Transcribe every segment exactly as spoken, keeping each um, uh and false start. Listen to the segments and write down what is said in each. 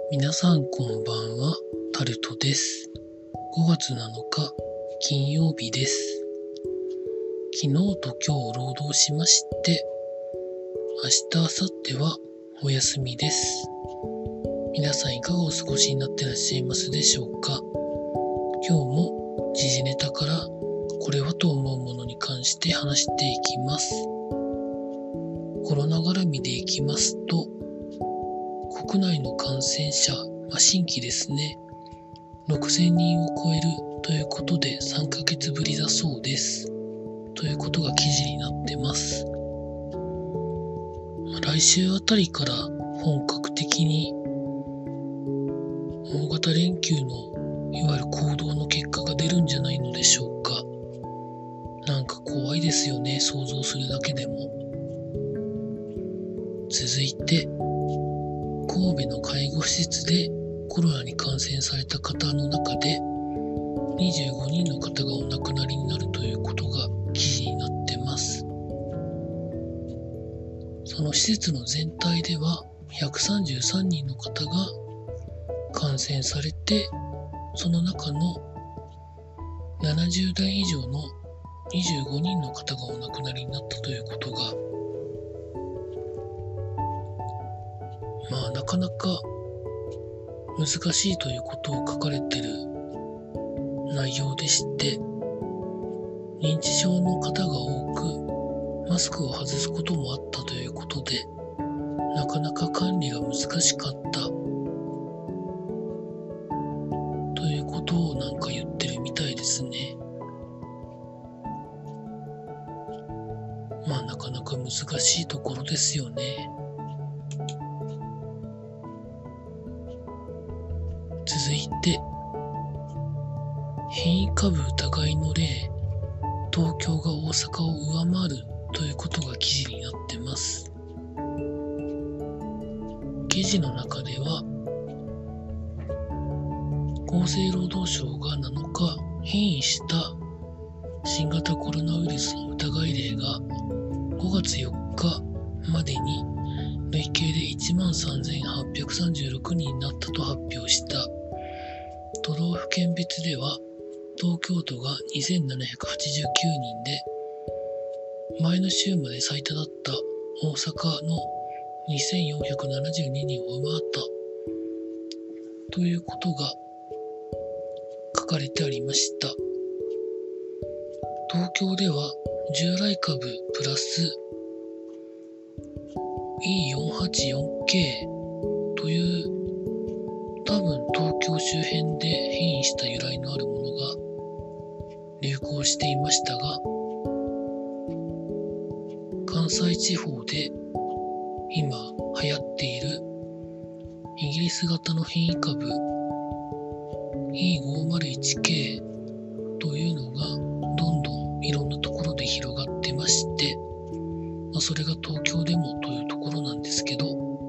皆さんこんばんは、タルトです。ごがつなのか金曜日です。昨日と今日労働しまして、明日、明後日はお休みです。皆さんいかがお過ごしになってらっしゃいますでしょうか。今日も時事ネタからこれはと思うものに関して話していきます。コロナ絡みでいきますと、国内の感染者、まあ、新規ですね、ろくせんにんを超えるということでさんかげつぶりだそうです。ということが記事になってます。まあ、来週あたりから本格的に大型連休のいわゆる行動の結果が出るんじゃないのでしょうか。なんか怖いですよね、想像するだけでも。続いて、神戸の介護施設でコロナに感染された方の中でにじゅうごにんの方がお亡くなりになるということが記事になってます。その施設の全体ではひゃくさんじゅうさんにんの方が感染されて、その中のななじゅうだい以上のにじゅうごにんの方がお亡くなりになったということが、まあなかなか難しいということを書かれている内容でして、認知症の方が多くマスクを外すこともあったということで、なかなか管理が難しかったということをなんか言ってるみたいですね。まあなかなか難しいところですよね。続いて、変異株疑いの例、東京が大阪を上回るということが記事になってます。記事の中では、厚生労働省がなのか変異した新型コロナウイルスの疑い例がごがつよっかまでに累計でいちまんさんぜんはっぴゃくさんじゅうろくにんになったと発表した。都道府県別では東京都がにせんななひゃくはちじゅうきゅうにんで、前の週まで最多だった大阪のにせんよんひゃくななじゅうににんを上回ったということが書かれてありました。東京では従来株プラス イーよんはちよんケー という多分東京周辺で変異した由来のあるものが流行していましたが、関西地方で今流行っているイギリス型の変異株 イーごーまるいちケー というのがどんどんいろんなところで広がってまして、まあ、それが東京でもというところなんですけど、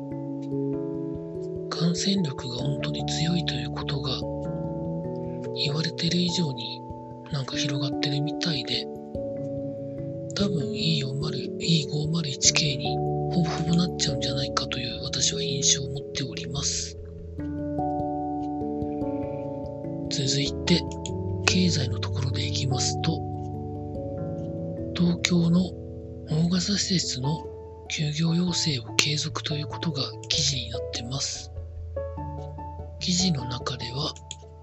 感染力が本当に強いということが言われている以上になんか広がってるみたいで、多分 イーよんまる、イーごーまるいちケー にほぼほぼなっちゃうんじゃないかという私は印象を持っております。続いて経済のところでいきますと、東京の大型施設の休業要請を継続ということが記事になっています。記事の中では、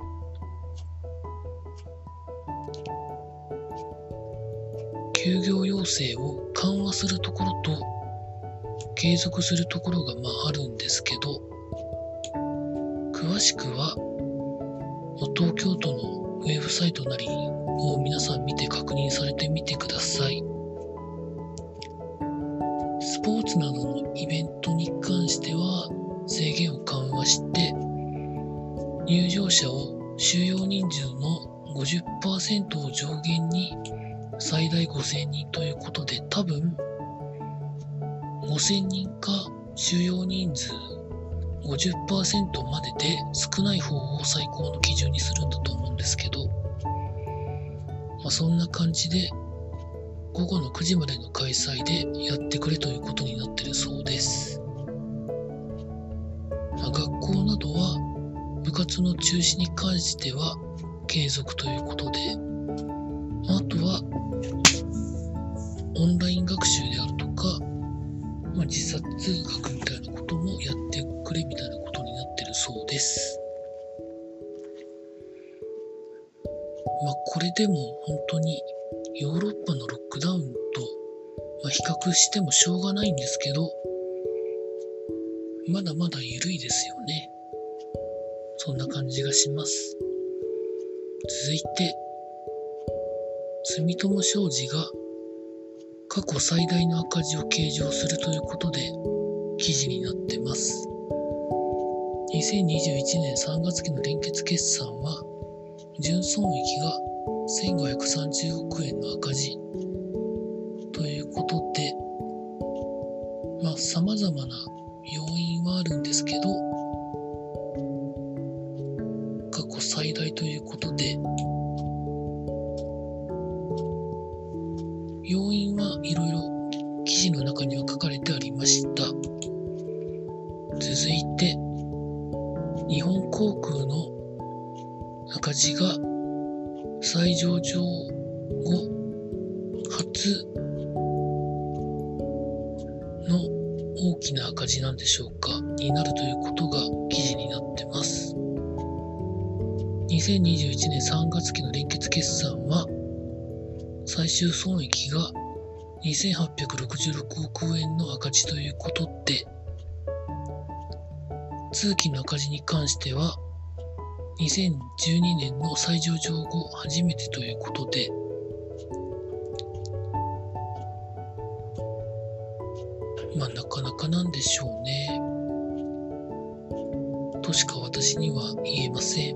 休業要請を緩和するところと継続するところがまああるんですけど、詳しくは東京都のウェブサイトなりを皆さん見て確認されてみてください。スポーツなどのイベントに関しては制限を緩和して、入場者を収容人数の ごじゅっパーセント を上限に最大ごせんにんということで、多分ごせんにんか収容人数 ごじゅっパーセント までで少ない方を最高の基準にするんだと思うんですけど、まあ、そんな感じでごごのくじまでの開催でやってくれということになっているそうです。まあ、学校校などは部活の中止に関しては継続ということで、あとはオンライン学習であるとか、まあ、時差通学みたいなこともやってくれみたいなことになってるそうです。まあこれでも本当にヨーロッパのロックダウンと、まあ、比較してもしょうがないんですけど、まだまだ緩いですよね。そんな感じがします。続いて、住友商事が過去最大の赤字を計上するということで記事になってます。にせんにじゅういちねんさんがつ期の連結決算は純損益がせんごひゃくさんじゅうおくえんの赤字ということで、まあ様々な要因はあるんですけど、過去最大ということで、要因はいろいろ記事の中には書かれてありました。続いて、日本航空の赤字が再上場後初の大きな赤字なんでしょうかになるということが記事になってます。にせんにじゅういちねんさんがつ期の連結決算は最終損益がにせんはっぴゃくろくじゅうろくおくえんの赤字ということで、通期の赤字に関してはにせんじゅうにねんの再上場後初めてということで、まあなかなかなんでしょうねとしか私には言えません。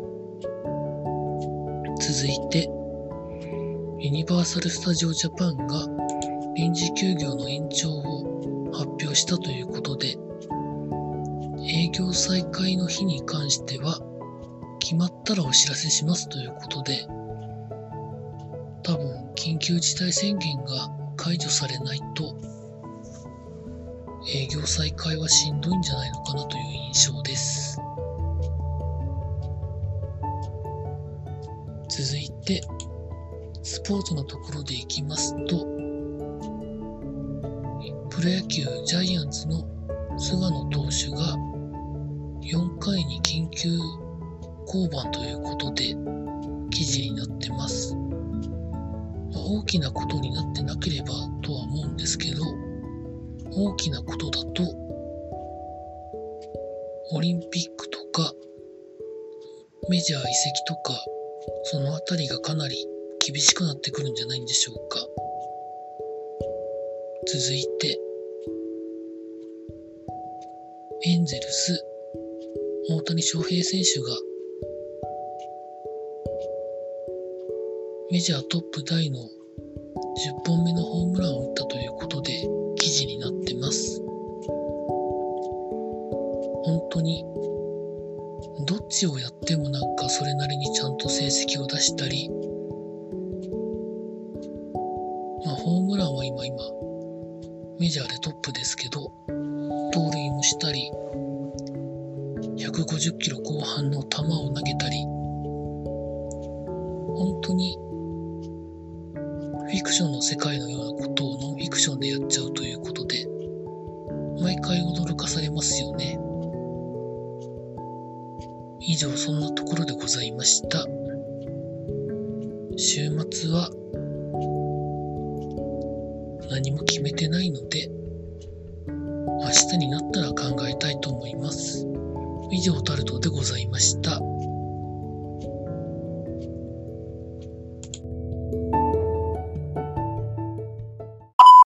続いて、ユニバーサル・スタジオ・ジャパンが臨時休業の延長を発表したということで、営業再開の日に関しては決まったらお知らせしますということで、多分緊急事態宣言が解除されないと営業再開はしんどいんじゃないのかなという印象です。続いてスポーツのところでいきますと、プロ野球ジャイアンツの菅野投手がよんかいに緊急降板ということで記事になってます。大きなことになってなければとは思うんですけど、大きなことだとオリンピックとかメジャー移籍とか、そのあたりがかなり厳しくなってくるんじゃないんでしょうか。続いて、エンゼルス大谷翔平選手がメジャートップタイのじゅっぽんめのホームランを打ったということで記事になってます。本当にどっちをやってもなんかそれなりにちゃんと成績を出したり、まあホームランは今今メジャーでトップですけど、盗塁もしたりひゃくごじゅっキロ後半の球を投げたり、本当にフィクションの世界のようなことをノンフィクションでやっちゃうということで、毎回驚かされますよね。以上、そんなところでございました。週末は何も決めてないので、明日になったら考えたいと思います。以上、タルトでございました。